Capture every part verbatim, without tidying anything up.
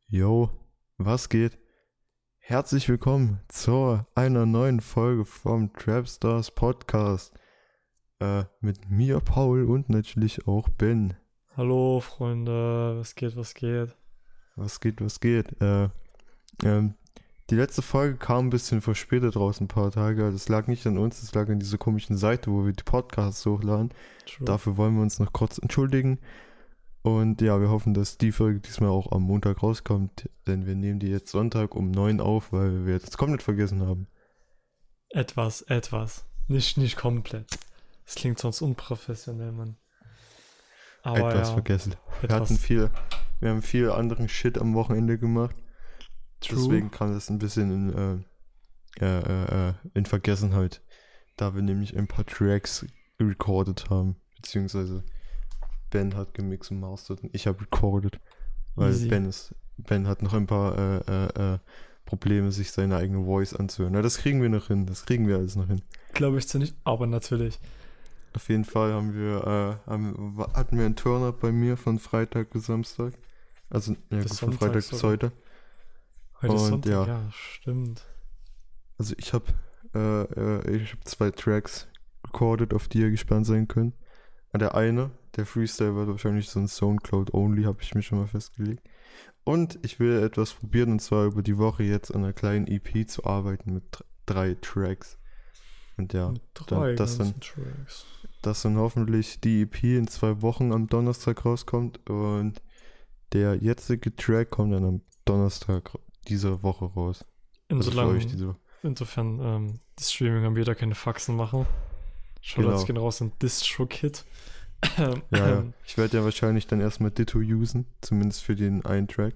Yo, was geht? Herzlich willkommen zu einer neuen Folge vom Trapstars Podcast. Äh, mit mir, Paul, und natürlich auch Ben. Hallo Freunde, was geht, was geht? Was geht, was geht? Äh, ähm, die letzte Folge kam ein bisschen verspätet raus, ein paar Tage. Das lag nicht an uns, das lag an dieser komischen Seite, wo wir die Podcasts hochladen. True. Dafür wollen wir uns noch kurz entschuldigen. Und ja, wir hoffen, dass die Folge diesmal auch am Montag rauskommt, denn wir nehmen die jetzt Sonntag um neun auf, weil wir das komplett vergessen haben. Etwas, etwas. Nicht, nicht komplett. Das klingt sonst unprofessionell, Mann. Aber etwas ja, vergessen. Wir etwas. hatten viel, wir haben viel anderen Shit am Wochenende gemacht. True. Deswegen kam das ein bisschen in, äh, äh, äh, in Vergessenheit, da wir nämlich ein paar Tracks recorded haben, beziehungsweise Ben hat gemixt und mastered und ich habe recorded, weil Easy. Ben ist, Ben hat noch ein paar äh, äh, äh, Probleme, sich seine eigene Voice anzuhören. Na, das kriegen wir noch hin, das kriegen wir alles noch hin. Glaube ich zwar nicht, aber natürlich. Auf jeden Fall haben wir, äh, haben, hatten wir einen Turn-Up bei mir von Freitag bis Samstag. Also, ja, Bis gut, von Sonntag Freitag bis sogar. heute. Heute ist Und Sonntag, ja. ja, stimmt. Also ich habe äh, äh, ich habe zwei Tracks recorded, auf die ihr gespannt sein könnt. Der eine, der Freestyle, wird wahrscheinlich so ein Soundcloud-Only, habe ich mir schon mal festgelegt. Und ich will etwas probieren, und zwar über die Woche jetzt an einer kleinen E P zu arbeiten mit dr- drei Tracks. Und ja, Mit drei dann, das, dann, ganzen Tracks. dass dann hoffentlich die E P in zwei Wochen am Donnerstag rauskommt und der jetzige Track kommt dann am Donnerstag dieser Woche raus. Also für euch Insolange, diese insofern ähm, die Streaming-Anbieter keine Faxen machen. Shoutouts Genau. gehen raus in DistroKid. Ja, ja. Ich werde ja wahrscheinlich dann erstmal Ditto usen, zumindest für den einen Track.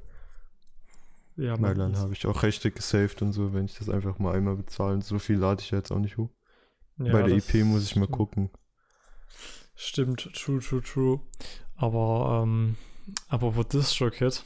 Ja, Weil man, dann das- habe ich auch Rechte gesaved und so, wenn ich das einfach mal einmal bezahle. So viel lade ich ja jetzt auch nicht hoch. ja, Bei der das E P muss ich mal stimmt. gucken. Stimmt, true, true, true. Aber, ähm, aber bei DistroKid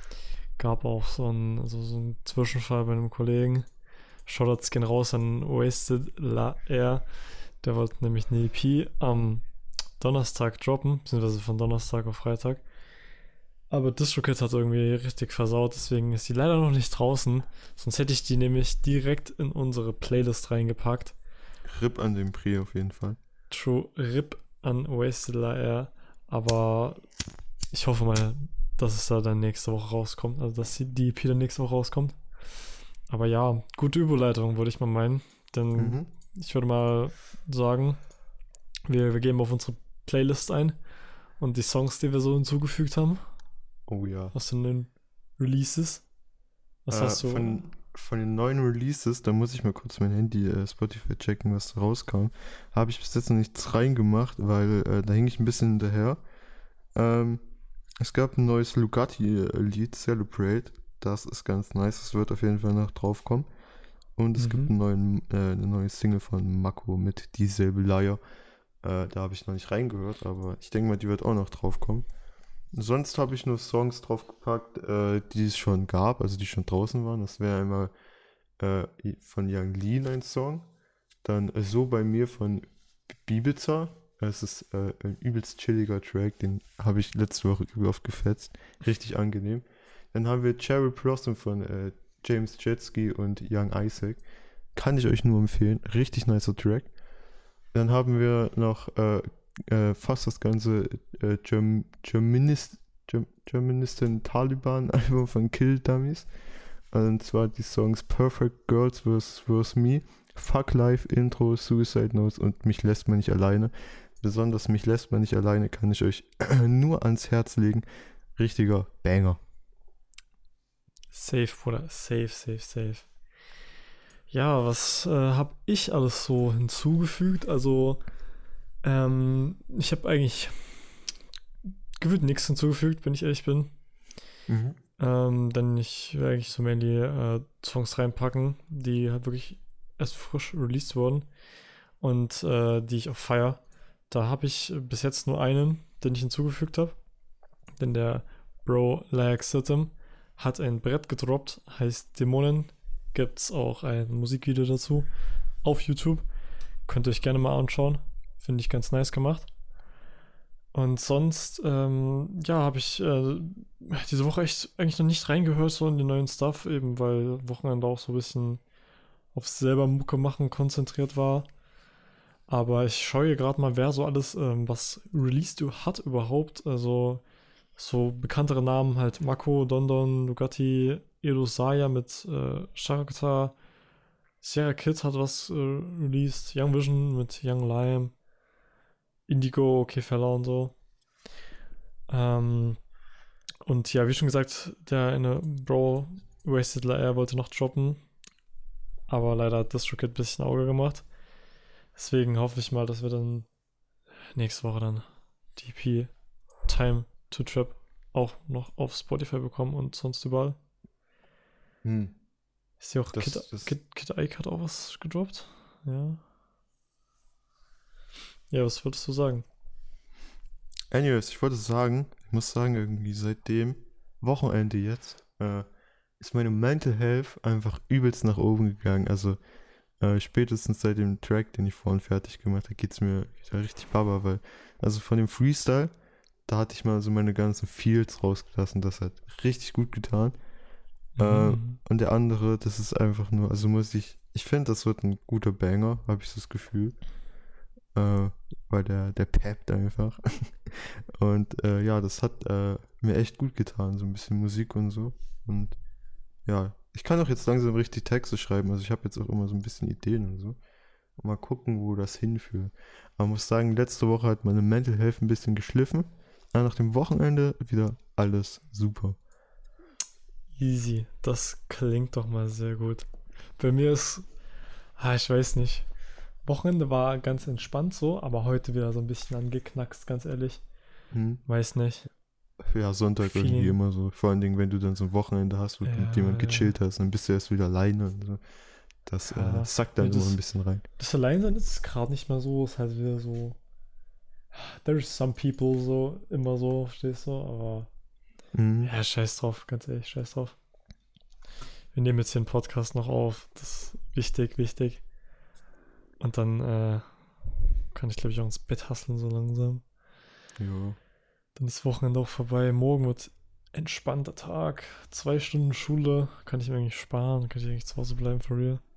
gab auch so ein, also so ein Zwischenfall bei einem Kollegen. Shoutouts gehen raus an Wasted La Air. Der wollte nämlich eine E P am Donnerstag droppen, beziehungsweise von Donnerstag auf Freitag. Aber DistroKid hat irgendwie richtig versaut, deswegen ist die leider noch nicht draußen. Sonst hätte ich die nämlich direkt in unsere Playlist reingepackt. Rip an dem Pri auf jeden Fall. True Rip an Wasted La Air. Aber ich hoffe mal, dass es da dann nächste Woche rauskommt. Also, dass die die E P dann nächste Woche rauskommt. Aber ja, gute Überleitung, würde ich mal meinen. Denn Mhm. ich würde mal sagen, wir, wir gehen auf unsere Playlist ein und die Songs, die wir so hinzugefügt haben, Oh ja. aus den neuen Releases. Was Äh, hast du? Von, von den neuen Releases, da muss ich mal kurz mein Handy, äh, Spotify checken, was da rauskam. Habe ich bis jetzt noch nichts reingemacht, weil äh, da hing ich ein bisschen hinterher. Ähm, es gab ein neues Lugatti-Lied, Celebrate. Das ist ganz nice. Das wird auf jeden Fall noch draufkommen. Und es Mhm. gibt einen neuen, äh, eine neue Single von Mako mit Dieselbe Leier. Äh, da habe ich noch nicht reingehört, aber ich denke mal, die wird auch noch draufkommen. Sonst habe ich nur Songs draufgepackt, äh, die es schon gab, also die schon draußen waren. Das wäre einmal äh, von Young Lean ein Song. Dann äh, So bei mir von Bibiza. Es ist äh, ein übelst chilliger Track, den habe ich letzte Woche übel oft gefetzt. Richtig angenehm. Dann haben wir Cherry Blossom von äh, James Jetski und Young Isaac. Kann ich euch nur empfehlen. Richtig nicer Track. Dann haben wir noch äh, äh, fast das ganze äh, Germ Germanist Germ Germanistan Taliban Album von Kill Dummies. Und zwar die Songs Perfect Girls vs. vs. Me, Fuck Life, Intro, Suicide Notes und Mich lässt man nicht alleine. Besonders Mich lässt man nicht alleine kann ich euch nur ans Herz legen. Richtiger Banger. Safe, Bruder. Safe, safe, safe. Ja, was äh, habe ich alles so hinzugefügt? Also, ähm, ich habe eigentlich gefühlt nichts hinzugefügt, wenn ich ehrlich bin. Mhm. Ähm, denn ich will eigentlich so mehr in die äh, Songs reinpacken, die halt wirklich erst frisch released wurden und äh, die ich auch feier. Da habe ich bis jetzt nur einen, den ich hinzugefügt habe. Denn der Bro Laxatum hat ein Brett gedroppt, heißt Dämonen. Gibt's auch ein Musikvideo dazu auf YouTube. Könnt ihr euch gerne mal anschauen. Finde ich ganz nice gemacht. Und sonst, ähm, ja, habe ich äh, diese Woche echt eigentlich noch nicht reingehört, so in den neuen Stuff, eben weil Wochenende auch so ein bisschen auf selber Mucke machen konzentriert war. Aber ich schaue gerade mal, wer so alles, ähm, was released hat überhaupt. Also so bekanntere Namen halt Mako, Dondon, Ducati, Edo Saya mit äh, Shakhtar, Sierra Kid hat was äh, released, Young Vision mit Young Lime, Indigo, okay, Feller und so. Ähm, und ja, wie schon gesagt, der eine Bro, Wasted Lair, wollte noch droppen. Aber leider hat DistroKid ein bisschen Auge gemacht. Deswegen hoffe ich mal, dass wir dann nächste Woche dann die E P Time to Trap auch noch auf Spotify bekommen und sonst überall. Hm. Ist hier auch Das- Kid, das- Kid, Kid Ike hat auch was gedroppt. Ja. Ja, was würdest du sagen? Anyways, ich wollte sagen, ich muss sagen, irgendwie seit dem Wochenende jetzt äh, ist meine Mental Health einfach übelst nach oben gegangen. Also äh, spätestens seit dem Track, den ich vorhin fertig gemacht habe, geht es mir wieder richtig baba, weil, also von dem Freestyle, da hatte ich mal so meine ganzen Feels rausgelassen, das hat richtig gut getan. Äh, Mhm. und der andere, das ist einfach nur, also muss ich, ich finde, das wird ein guter Banger, habe ich so das Gefühl. Äh, weil der, der peppt einfach. Und äh, ja, das hat äh, mir echt gut getan, so ein bisschen Musik und so. Und ja, ich kann auch jetzt langsam richtig Texte schreiben, also ich habe jetzt auch immer so ein bisschen Ideen und so. Mal gucken, wo das hinführt. Aber muss sagen, letzte Woche hat meine Mental Health ein bisschen geschliffen. Aber nach dem Wochenende wieder alles super. Easy. Das klingt doch mal sehr gut. Bei mir ist, ah, ich weiß nicht. Wochenende war ganz entspannt so, aber heute wieder so ein bisschen angeknackst, ganz ehrlich. Hm. Weiß nicht. Ja, Sonntag irgendwie Feeling. immer so. Vor allen Dingen, wenn du dann so ein Wochenende hast, wo du Ja, mit jemand ja. gechillt hast, dann bist du erst wieder alleine und so. Das Ja, äh, sackt dann ja, immer das- ein bisschen rein. Das Alleinsein ist gerade nicht mehr so, ist halt wieder so. There is some people so, immer so, verstehst du, aber Mhm. ja, scheiß drauf, ganz ehrlich, scheiß drauf. Wir nehmen jetzt hier einen Podcast noch auf, das ist wichtig, wichtig. Und dann äh, kann ich, glaube ich, auch ins Bett hasseln so langsam. Ja. Dann ist Wochenende auch vorbei, morgen wird entspannter Tag, zwei Stunden Schule, kann ich mir eigentlich sparen, kann ich eigentlich zu Hause bleiben, for real.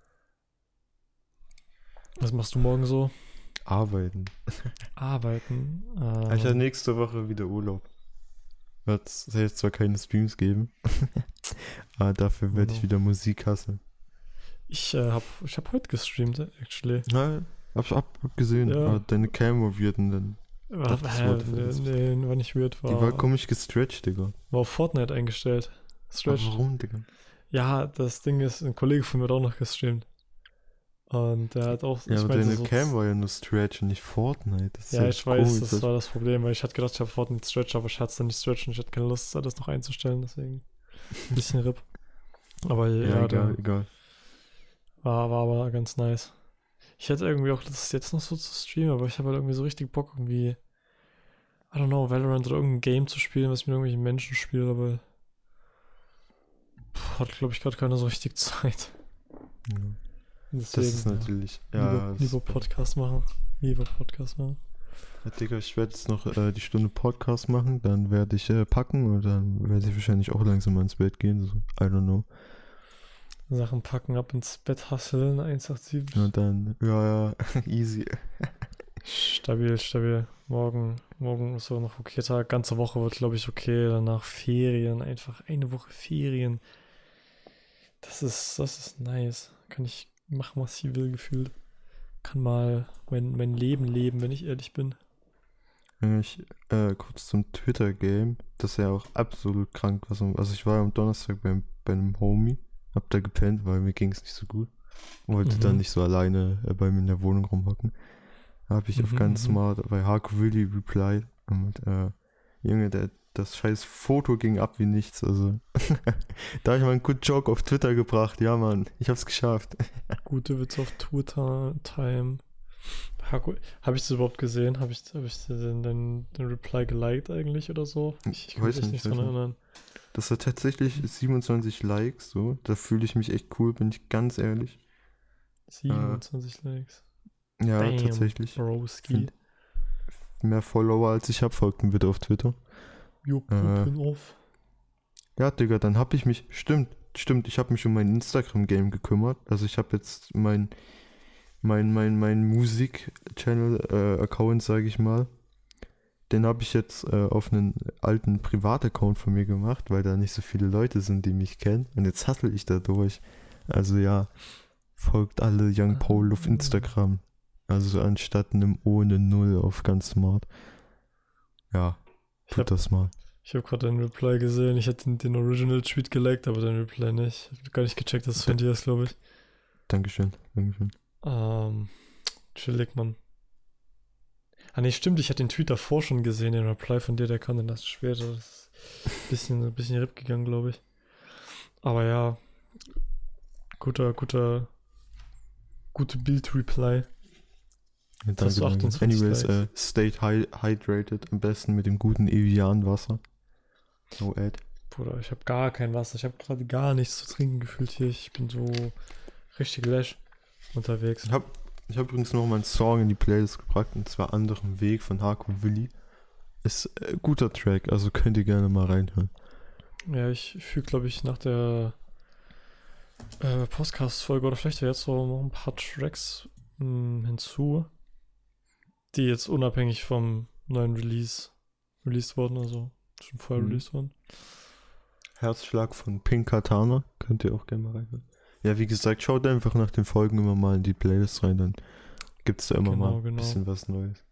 Was machst du morgen so? Arbeiten. Arbeiten. Ich habe Ähm, nächste Woche wieder Urlaub. Wird es jetzt zwar keine Streams geben, aber dafür werde ich Genau. wieder Musik hasseln. ich äh, habe ich hab heute gestreamt, actually. Ja, hab, hab, hab gesehen, Ja. aber deine Cam war weird und dann, War, dachte, das hä, wurde nee, verletzt. nee, war nicht weird, war, die war komisch gestretched, Digga. war auf Fortnite eingestellt. Aber Stretched. warum, Digga? Ja, das Ding ist, ein Kollege von mir hat auch noch gestreamt. Und der hat auch, Ja, ich aber meinte deine so, Cam war ja nur Stretch und nicht Fortnite. Das ist ja, echt ich weiß, komisch, das dass- war das Problem, weil ich hatte gedacht, ich habe Fortnite Stretch, aber ich hatte es dann nicht Stretch und ich hatte keine Lust, das noch einzustellen, deswegen ein bisschen RIP. Aber ja, Ja, der egal, egal. war, war aber ganz nice. Ich hätte irgendwie auch Lust, jetzt noch so zu streamen, aber ich habe halt irgendwie so richtig Bock, irgendwie, I don't know, Valorant oder irgendein Game zu spielen, was ich mit irgendwelchen Menschen spiele, aber pff, hat, glaube ich, gerade keiner so richtig Zeit. Ja. Deswegen, Das ist ja, natürlich, lieber, ja, das lieber ist- Podcast machen. Lieber Podcast machen. Ja, Digga, ich werde jetzt noch äh, die Stunde Podcast machen, dann werde ich äh, packen und dann werde ich wahrscheinlich auch langsam mal ins Bett gehen. So, I don't know. Sachen packen, ab ins Bett hasseln, eins acht sieben. Und dann, ja, ja, easy. Stabil, stabil. Morgen, morgen ist so noch okay Tag. Ganze Woche wird, glaube ich, okay. Danach Ferien, einfach eine Woche Ferien. Das ist, das ist nice. Kann ich machen, was ich will, gefühlt. Kann mal mein, mein Leben leben, wenn ich ehrlich bin. Ich, äh, kurz zum Twitter-Game. Das ist ja auch absolut krank. Was, also ich war am Donnerstag beim, bei einem Homie, hab da gepennt, weil mir ging es nicht so gut. Wollte Mhm. dann nicht so alleine äh, bei mir in der Wohnung rumhocken. Hab ich auf Mhm, ganz mhm. smart bei Harko Willi replied. Und äh, Junge, der, das scheiß Foto ging ab wie nichts. Also da habe ich mal einen Good Joke auf Twitter gebracht. Ja, Mann, ich hab's geschafft. Gute Witze auf Twitter-Time. Habe ich das überhaupt gesehen? Habe ich, hab ich den, den, den Reply geliked eigentlich oder so? Ich, ich kann Weiß mich echt nicht, nicht dran weiß nicht. erinnern. Das hat tatsächlich siebenundzwanzig Likes, so. Da fühle ich mich echt cool, bin ich ganz ehrlich. siebenundzwanzig Likes. Ja, Damn, tatsächlich. Broski. Find- Mehr Follower als ich habe, folgt mir bitte auf Twitter. Jupp, äh, bin auf. Ja, Digga, dann hab ich mich, stimmt, stimmt, ich habe mich um mein Instagram-Game gekümmert. Also ich habe jetzt mein, mein, mein, mein Musik-Channel-Account, sage ich mal. Den habe ich jetzt äh, auf einen alten Privataccount von mir gemacht, weil da nicht so viele Leute sind, die mich kennen. Und jetzt hustle ich da durch. Also ja, folgt alle Young Paul auf Instagram. Also anstatt einem O eine Null auf ganz smart. Ja, Ich tut hab, das mal. ich hab gerade deinen Reply gesehen. Ich hätte den, den Original-Tweet geliked, aber deinen Reply nicht. Ich hab gar nicht gecheckt, dass es von dir ist, glaube ich. Dankeschön, Dankeschön. Ähm, chillig, Mann. Ah, nee, stimmt, ich hatte den Tweet davor schon gesehen, den Reply von dir, der kam dann erst später. Das ist ein bisschen, ein bisschen RIP gegangen, glaube ich. Aber ja, guter, guter, gute Bild-Reply. Ja, Jetzt hast danke, du danke. achtundzwanzig Anyways, Likes. äh, stay hy hydrated, am besten mit dem guten Evian-Wasser. No ad. Bruder, ich habe gar kein Wasser. Ich habe gerade gar nichts zu trinken gefühlt hier. Ich bin so richtig lash unterwegs. Ich habe ich hab übrigens noch mal einen Song in die Playlist gepackt, und zwar Anderen Weg von Harko Willi. Ist äh, guter Track, also könnt ihr gerne mal reinhören. Ja, ich füge, glaube ich, nach der äh, Podcast-Folge oder vielleicht jetzt so noch ein paar Tracks mh, hinzu, die jetzt unabhängig vom neuen Release released wurden, also schon vorher Mhm. released wurden. Herzschlag von Pink Katana, könnt ihr auch gerne mal reinhören. Ja, wie gesagt, schaut einfach nach den Folgen immer mal in die Playlist rein, dann gibt's da immer Genau, mal ein genau. bisschen was Neues.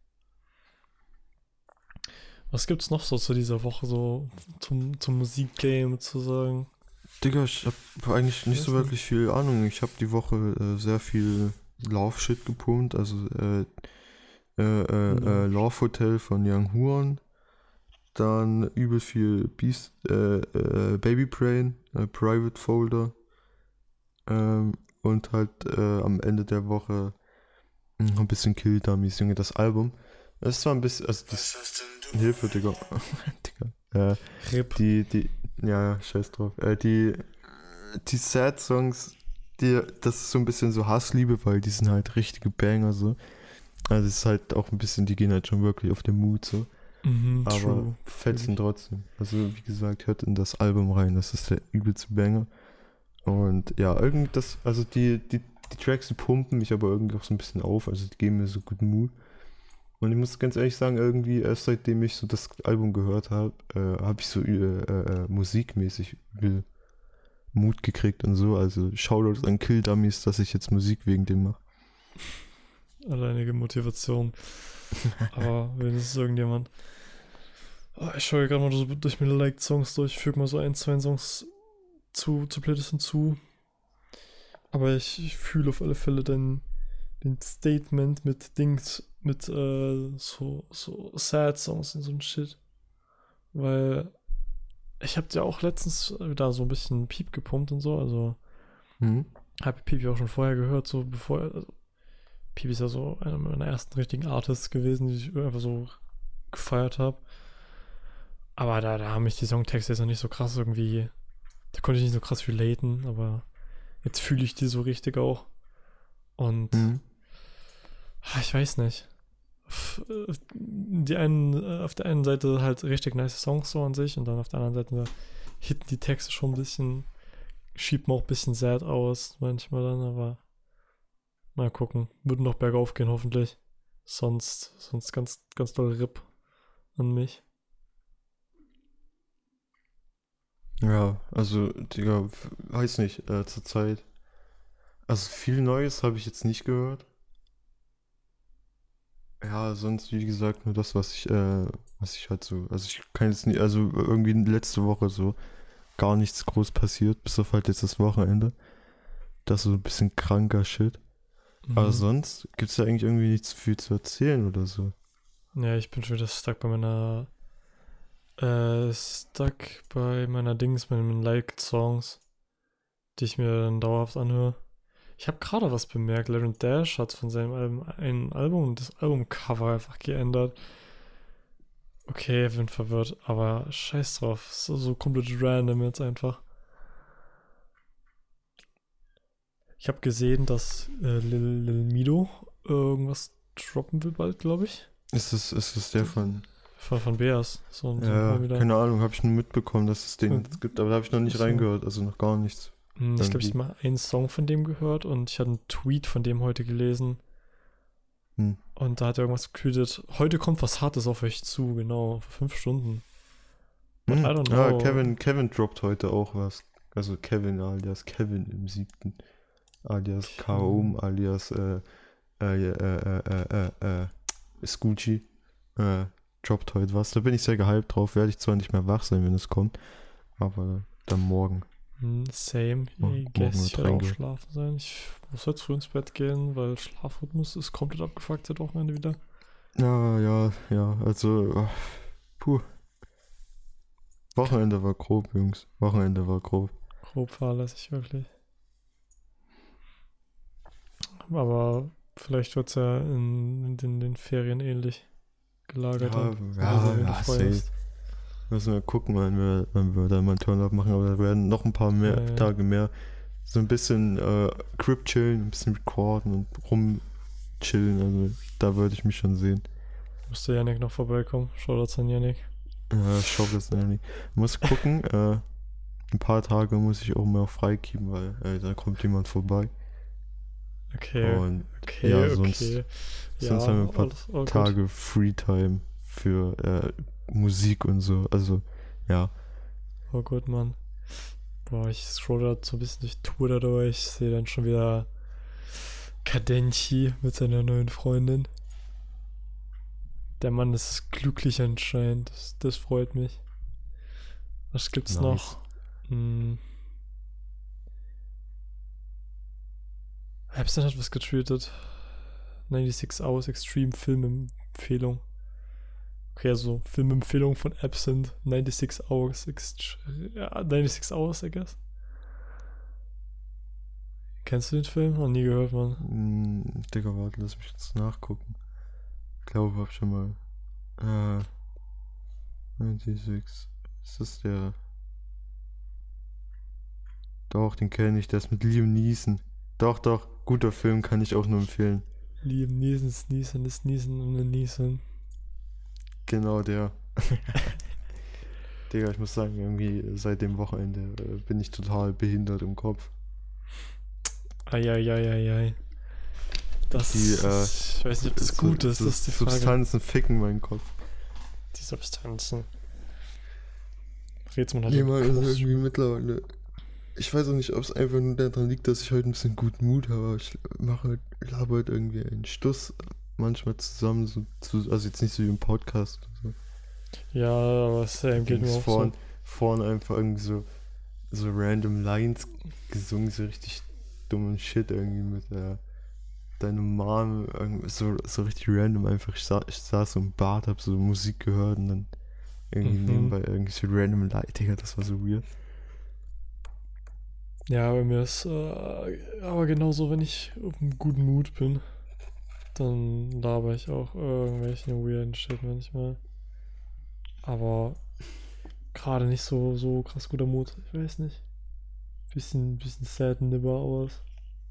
Was gibt's noch so zu dieser Woche so zum, zum Musikgame zu sagen? Digga, ich hab eigentlich nicht so Weiß nicht. wirklich viel Ahnung. Ich habe die Woche äh, sehr viel Love-Shit gepumpt, also äh, äh, äh, äh, Love Hotel von Young Huan, dann übel viel Beast, äh, äh, Baby Brain, äh, Private Folder, ähm, und halt äh, am Ende der Woche mh, ein bisschen Kill Dummies, Junge, das Album. Es ist zwar ein bisschen, also das Hilfe, Digga. Digga. Äh, RIP. die, die, ja, ja, scheiß drauf. Äh, die, die Sad-Songs, die, das ist so ein bisschen so Hassliebe, weil die sind halt richtige Banger so. Also es ist halt auch ein bisschen, die gehen halt schon wirklich auf den Mut so. Mhm, Aber true. fetzen trotzdem. Also wie gesagt, hört in das Album rein, das ist der übelste Banger. Und ja, irgend das, also die, die, die Tracks, die pumpen mich aber irgendwie auch so ein bisschen auf, also die geben mir so guten Mut. Und ich muss ganz ehrlich sagen, irgendwie erst seitdem ich so das Album gehört habe, äh, habe ich so äh, äh, musikmäßig übel Mut gekriegt und so. Also Shoutouts an Kill Dummies, dass ich jetzt Musik wegen dem mache. Alleinige Motivation. Aber wenigstens irgendjemand. Ah, ich schaue gerade mal so durch meine Liked-Songs durch, füge mal so ein, zwei Songs zu, zu Playlist hinzu. Aber ich, ich fühle auf alle Fälle dein, den Statement mit Dings, mit äh, so, so Sad-Songs und so ein Shit. Weil ich hab dir auch letztens wieder so ein bisschen Piep gepumpt und so, also Mhm. habe Piep ja auch schon vorher gehört, so bevor, also Piep ist ja so einer meiner ersten richtigen Artists gewesen, die ich einfach so gefeiert habe. Aber da, da haben mich die Songtexte jetzt noch nicht so krass irgendwie, da konnte ich nicht so krass relaten, aber jetzt fühle ich die so richtig auch. Und Mhm. ah, ich weiß nicht. F- äh, Die einen, äh, auf der einen Seite halt richtig nice Songs so an sich und dann auf der anderen Seite hitten die Texte schon ein bisschen, schiebt man auch ein bisschen sad aus manchmal dann, aber mal gucken. Würde noch bergauf gehen, hoffentlich. Sonst, sonst ganz, ganz doll RIP an mich. Ja, also, Digga, f- weiß nicht, äh, zur Zeit. Also viel Neues habe ich jetzt nicht gehört. Ja, sonst, wie gesagt, nur das, was ich, äh, was ich halt so, also ich kann jetzt nicht, also irgendwie letzte Woche so gar nichts groß passiert, bis auf halt jetzt das Wochenende. Das ist so ein bisschen kranker Shit. Aber Mhm. sonst gibt es da eigentlich irgendwie nichts viel zu erzählen oder so. Ja, ich bin schon wieder stuck bei meiner, äh, stuck bei meiner Dings, bei meinen Liked-Songs, die ich mir dann dauerhaft anhöre. Ich habe gerade was bemerkt. Larry Dash hat von seinem Album ein Album, das Albumcover einfach geändert. Okay, ich bin verwirrt, aber scheiß drauf. So, so komplett random jetzt einfach. Ich habe gesehen, dass äh, Lil, Lil Mido irgendwas droppen will bald, glaube ich. Ist es, ist es der von Von, von Beas. So, ein- so ein Ja, Homie da. keine Ahnung, habe ich nur mitbekommen, dass es den Und- jetzt gibt, aber da habe ich noch nicht so. reingehört, also noch gar nichts. Hm, Ich glaube, ich irgendwie. habe mal einen Song von dem gehört und ich hatte einen Tweet von dem heute gelesen. Hm. Und da hat er irgendwas getweetet. Heute kommt was Hartes auf euch zu, genau, vor fünf Stunden. But Hm. I don't Ah, know. Kevin, Kevin droppt heute auch was. Also Kevin alias Kevin im siebten. Alias Kaum, alias äh, äh, äh, äh, äh, äh, äh, Scoochie. Äh, droppt heute was. Da bin ich sehr gehypt drauf. Werde ich zwar nicht mehr wach sein, wenn es kommt, aber dann morgen. Hm, Same. Morgen- I morgen guess wird ich werde auch reingehört. schlafen sein. Ich muss heute früh ins Bett gehen, weil Schlafrhythmus ist komplett abgefuckt seit Wochenende wieder. Ja, ja, ja, also, ach, puh. Wochenende war grob, Jungs. Wochenende war grob. Grob fahrlässig, wirklich. Aber vielleicht wird es ja in, in den, den Ferien ähnlich gelagert. Ja, dann. ja, Also, wenn du ja, frei safe. hast. Müssen wir gucken, wann wir, wann wir da mal einen Turn-Up machen, aber da werden noch ein paar mehr Ja, ja. Tage mehr. So ein bisschen äh, Crip chillen, ein bisschen recorden und rumchillen, also da würde ich mich schon sehen. Müsste Yannick noch vorbeikommen. Shoutouts an Yannick. Ja, ich schaue das nicht. Muss gucken, äh, ein paar Tage muss ich auch mal freigeben, weil äh, da kommt jemand vorbei. Okay, Und okay, ja, okay. sonst- sonst haben wir ein paar alles- all good. Tage Freetime für äh, Musik und so, also ja. Oh gut, Mann. Boah, ich scroll da so ein bisschen durch Twitter durch. Ich sehe dann schon wieder Kadenchi mit seiner neuen Freundin. Der Mann ist glücklich anscheinend. Das, das freut mich. Was gibt's Nice. noch? Hm. Epson hat was getweetet. sechsundneunzig Hours Extreme Filmempfehlung. Okay, also Filmempfehlung von Absent. sechsundneunzig Hours. Ext- ja, sechsundneunzig Hours, I guess. Kennst du den Film? Noch nie gehört, Mann. Hm, Digga, warte, lass mich jetzt nachgucken. Ich glaube, hab schon mal. Äh. sechsundneunzig. Ist das der. Doch, den kenne ich, der ist mit Liam Neeson. Doch, doch, guter Film, kann ich auch nur empfehlen. Liam Neeson, Sneeson, ist Neeson und ein Neeson. Genau der. Digga, ich muss sagen, irgendwie seit dem Wochenende äh, bin ich total behindert im Kopf. Eieieiei. Das Die, äh, ich weiß nicht, ob das Su- gut ist, Su- das ist die Frage. Substanzen ficken meinen Kopf. Die Substanzen. Rätsel hat Ja, den Mann, also Kurs- irgendwie mittlerweile. Ich weiß auch nicht, ob es einfach nur daran liegt, dass ich heute ein bisschen guten Mut habe, aber ich mache halt, laber halt irgendwie einen Stuss manchmal zusammen, so, zu, also jetzt nicht so wie im Podcast oder so. Ja, aber es ähm, geht mir Ging's auch vorn, so. vorn einfach irgendwie so, so random Lines gesungen, so richtig dummen Shit irgendwie mit äh, deiner Mom, irgendwie so, so richtig random einfach. Ich, sa ich saß so im Bad, hab so Musik gehört und dann irgendwie Mhm. nebenbei irgendwie so random Light, Digga, das war so weird. Ja, bei mir ist äh, aber genauso, wenn ich auf einem guten Mut bin, dann laber ich auch irgendwelchen weirden Shit manchmal. Aber gerade nicht so, so krass guter Mut, ich weiß nicht. Bisschen, bisschen sad nibber aus.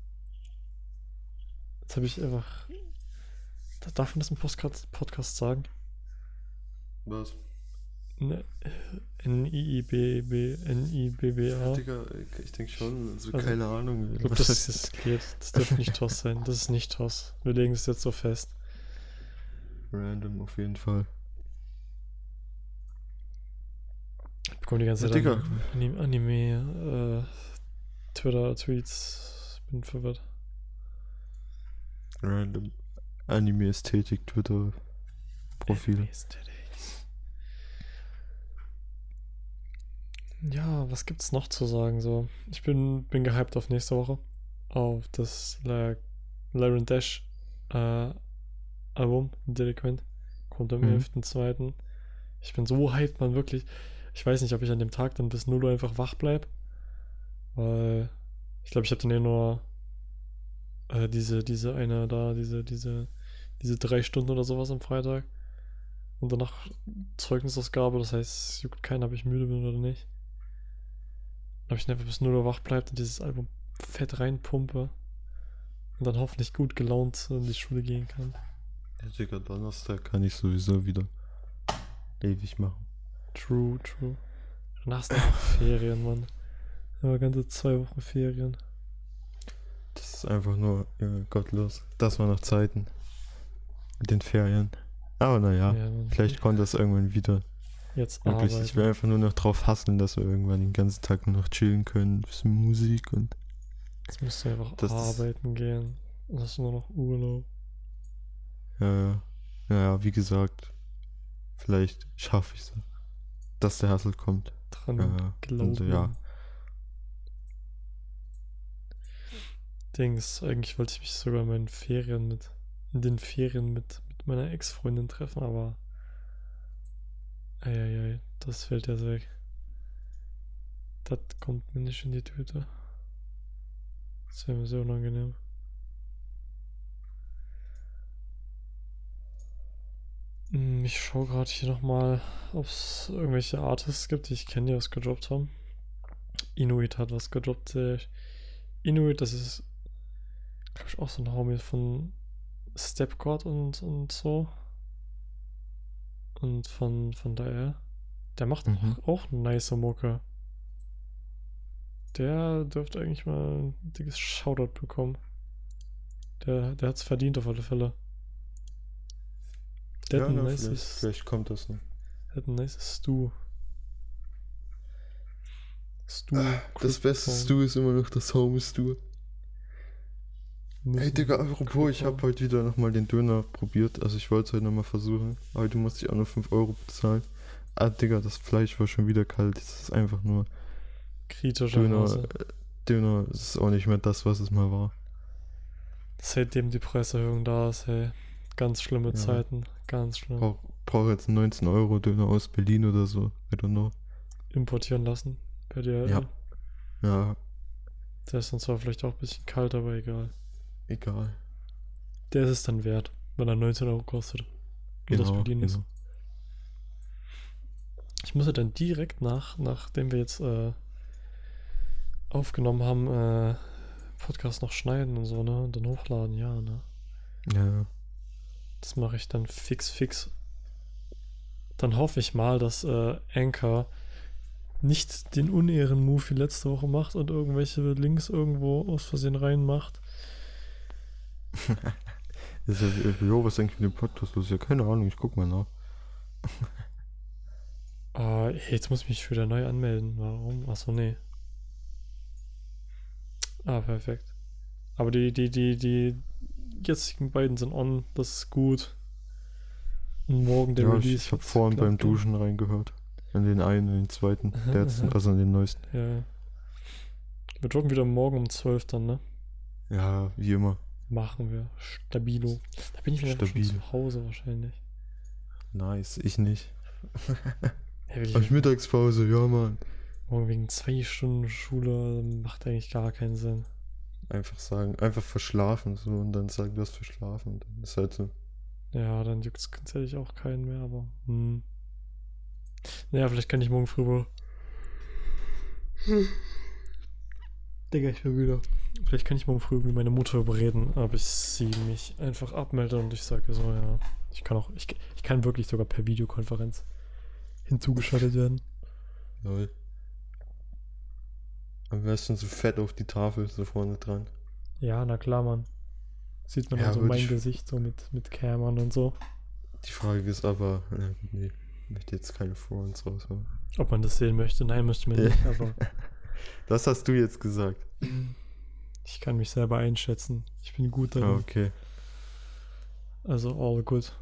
Jetzt habe ich einfach. Darf man das im Podcast, Podcast sagen? Was? Ne, N I I B B N I B B A. Digga, ich denke schon, also, Also, keine Ahnung. Ich glaube, was das, heißt das geht. Das dürfte nicht Toss sein. Das ist nicht Toss. Wir legen es jetzt so fest. random auf jeden Fall. Ich bekomme die ganze Ja, Zeit Digga. Anime, Anime äh, Twitter-Tweets. Bin verwirrt. Random Anime-Ästhetik, Twitter, Profile. Ja, was gibt's noch zu sagen? So, ich bin, bin gehypt auf nächste Woche. Auf das La Lyran Dash äh, Album, Delinquent. Kommt am Mhm. elften zweiten Ich bin so hyped, man, wirklich. Ich weiß nicht, ob ich an dem Tag dann bis null Uhr einfach wach bleib. Weil ich glaube, ich habe dann eh nur äh, diese, diese eine da, diese, diese, diese drei Stunden oder sowas am Freitag. Und danach Zeugnisausgabe, das heißt, es juckt keinen, ob ich müde bin oder nicht. Ob ich einfach bis null Uhr wach bleibt und dieses Album fett reinpumpe. Und dann hoffentlich gut gelaunt in die Schule gehen kann. Ja, Digga, Donnerstag kann ich sowieso wieder. ewig machen. True, true. Danach sind noch Ferien, Mann. Aber ganze zwei Wochen Ferien. Das ist einfach nur ja, gottlos. Das war noch Zeiten. Mit den Ferien. Aber naja, Ja, Mann. vielleicht kommt das irgendwann wieder. Jetzt Wirklich, arbeiten. ich will einfach nur noch drauf hasseln, dass wir irgendwann den ganzen Tag nur noch chillen können. Ein bisschen Musik und. Jetzt musst du einfach Das ist- arbeiten gehen. Und hast nur noch Urlaub. Äh, naja, wie gesagt, vielleicht schaffe ich es, dass der Hassel kommt. Dran Ja, glauben. und, ja. Dings, eigentlich wollte ich mich sogar in meinen Ferien mit, in den Ferien mit, mit meiner Ex-Freundin treffen, aber eieiei, das fällt jetzt weg. Das kommt mir nicht in die Tüte. Das wäre mir sehr unangenehm. Hm, Ich schaue gerade hier nochmal, ob es irgendwelche Artists gibt, die ich kenne, die was gedroppt haben. Inuit hat was gedroppt. Der Inuit, das ist, glaube ich, auch so ein Homie von Stepgod und, und so. Und von, von daher, der macht Mhm. auch, auch nice Mucke. Der dürfte eigentlich mal ein dickes Shoutout bekommen. Der, der hat's verdient auf alle Fälle. Der Ja, hat ein na, nices, vielleicht, vielleicht kommt das noch. der hat ein nices Stu. Stu. Das Crispy beste Corn. Stu ist immer noch das Home-Stu. Hey Müssen- Digga, apropos, ich Crispy habe heute wieder nochmal den Döner probiert. Also ich wollte es heute nochmal versuchen. Aber du musst ich auch nur fünf Euro bezahlen. Ah, Digga, das Fleisch war schon wieder kalt. Das ist einfach nur kritischer Döner. Hase. äh, Döner ist auch nicht mehr das, was es mal war. Seitdem die Preiserhöhung da ist, hey. Ganz schlimme Ja. Zeiten. Ganz schlimm. Brauch, brauch jetzt einen neunzehn Euro Döner aus Berlin oder so. I don't know. Importieren lassen. Bei dir. Ja. Ja, Der ist dann zwar vielleicht auch ein bisschen kalt, aber egal. egal. Der ist es dann wert, wenn er neunzehn Euro kostet. Und das Berlin ist. genau. Ich muss ja dann direkt nach, nachdem wir jetzt äh, aufgenommen haben, äh, Podcast noch schneiden und so, ne? Und dann hochladen, ja, ne? Ja, Das mache ich dann fix, fix. Dann hoffe ich mal, dass äh, Anchor nicht den Unehren-Move wie letzte Woche macht und irgendwelche Links irgendwo aus Versehen reinmacht. ist ja, wie- jo, was ist eigentlich mit dem Podcast los? Ja, keine Ahnung, ich guck mal nach. Ah, hey, jetzt muss ich mich wieder neu anmelden. Warum? Achso, nee. Ah, perfekt. Aber die, die, die, die jetzigen beiden sind on, das ist gut. Und morgen der Ja, Release. ich, ich habe wird's vorhin beim klar gehen. Duschen reingehört. In den einen, in den zweiten, der letzten, also in den neuesten. Ja. Wir droppen wieder morgen um zwölf dann, ne? Ja, wie immer. Machen wir. Stabilo. Da bin ich wieder schon Stabil. zu Hause wahrscheinlich. Nice, ich nicht. Ja, wirklich, Hab ich Mittagspause, ja, Mann. morgen wegen zwei Stunden Schule macht eigentlich gar keinen Sinn. Einfach sagen, einfach verschlafen so und dann sagen, du hast verschlafen. Und dann ist halt so. Ja, dann juckt es ganz ehrlich auch keinen mehr, aber. Hm. Naja, vielleicht kann ich morgen früh wohl. Digga, ich bin müde. Vielleicht kann ich morgen früh mit meiner Mutter überreden, ob ich sie mich einfach abmelde und ich sage so, ja. Ich kann auch, ich, ich kann wirklich sogar per Videokonferenz hinzugeschaltet werden. Lol. Am besten so fett auf die Tafel, so vorne dran. Ja, na klar, Mann. Sieht man Ja, dann so würd mein ich- Gesicht so mit, mit Cameron und so. Die Frage ist aber, äh, nee, ich möchte jetzt keine Fronts raushauen. Ob man das sehen möchte? Nein, möchte man nicht, aber Das hast du jetzt gesagt. ich kann mich selber einschätzen. Ich bin gut Ah, darin. okay. Also all good.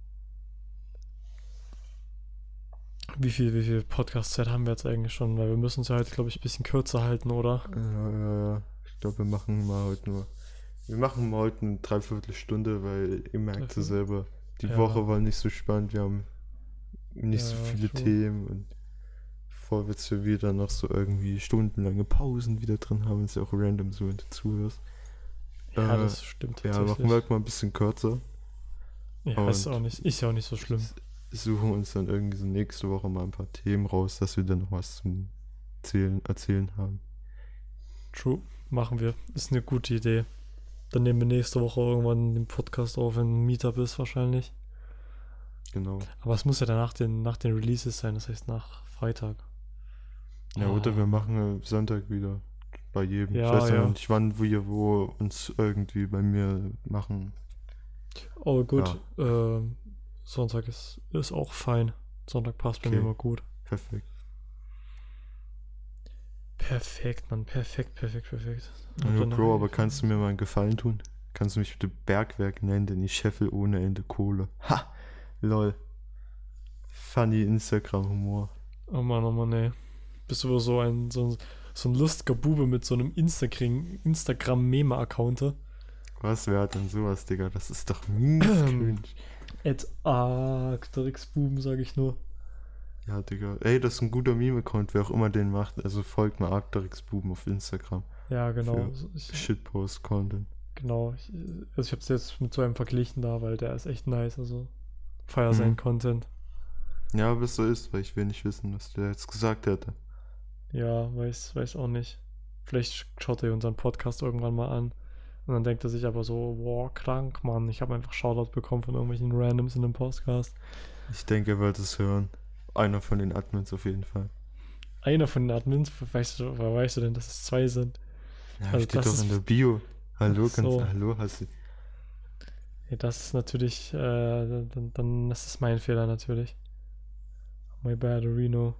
Wie viel, wie viel Podcast-Zeit haben wir jetzt eigentlich schon? Weil wir müssen es ja heute, glaube ich, ein bisschen kürzer halten, oder? Ja, ja, ja. Ich glaube, wir machen mal heute nur. Wir machen mal heute eine Dreiviertelstunde, weil ihr merkt Dreiviertel? es selber. Die Ja. Woche war nicht so spannend. Wir haben nicht so Ja, viele true. Themen und bevor wir jetzt hier wieder noch so irgendwie stundenlange Pausen wieder drin haben, ist ja auch random so, wenn du zuhörst. Ja, Äh, das stimmt Ja, tatsächlich. machen wir halt mal ein bisschen kürzer. ja, ist und- auch nicht, ist ja auch nicht so schlimm. Suchen uns dann irgendwie so nächste Woche mal ein paar Themen raus, dass wir dann noch was zum Erzählen, erzählen haben. True, machen wir. Ist eine gute Idee. Dann nehmen wir nächste Woche irgendwann den Podcast auf, wenn ein Meetup ist wahrscheinlich. Genau. Aber es muss ja danach den, nach den Releases sein, das heißt nach Freitag. Ja, Oh. oder wir machen äh, Sonntag wieder bei jedem. Ja, ich weiß ja ja. noch nicht, wann wir wo uns irgendwie bei mir machen. Oh, gut. Ja. Ähm, Sonntag ist, ist auch fein. Sonntag passt bei Okay. mir immer gut. Perfekt. Perfekt, Mann. Perfekt, perfekt, perfekt. Ja, Bro, aber kannst du mir mal einen Gefallen tun? Kannst du mich bitte Bergwerk nennen, denn ich scheffel ohne Ende Kohle. Ha! Lol. Funny Instagram-Humor. Oh Mann, oh Mann, ey. Bist du so ein, so ein, so ein lustiger Bube mit so einem Instagram, Instagram-Meme-Account? Was, wer hat denn sowas, Digga? Das ist doch mies cringe. At Arctrix-Buben, sag ich nur. Ja, Digga. Ey, das ist ein guter Meme-Account, wer auch immer den macht. Also folgt mal Arctrix-Buben auf Instagram. Ja, genau. Ich, Shitpost-Content. Genau. Ich, also ich hab's jetzt mit so einem verglichen da, weil der ist echt nice. Also feier mhm. seinen Content. Ja, bis so ist, weil ich will nicht wissen, was der jetzt gesagt hätte. Ja, weiß, weiß auch nicht. Vielleicht schaut er unseren Podcast irgendwann mal an. Und dann denkt er sich aber so, wow, krank, Mann. Ich habe einfach Shoutout bekommen von irgendwelchen Randoms in dem Podcast. Ich denke, er wird es hören. Einer von den Admins auf jeden Fall. Einer von den Admins? Weißt du, woher weißt du denn, dass es zwei sind? Ja, also steht doch in der Bio. Hallo, Ach kannst so. du, hallo, hast du... Ja, das ist natürlich, äh, dann, dann das ist mein Fehler natürlich. My bad, Reno.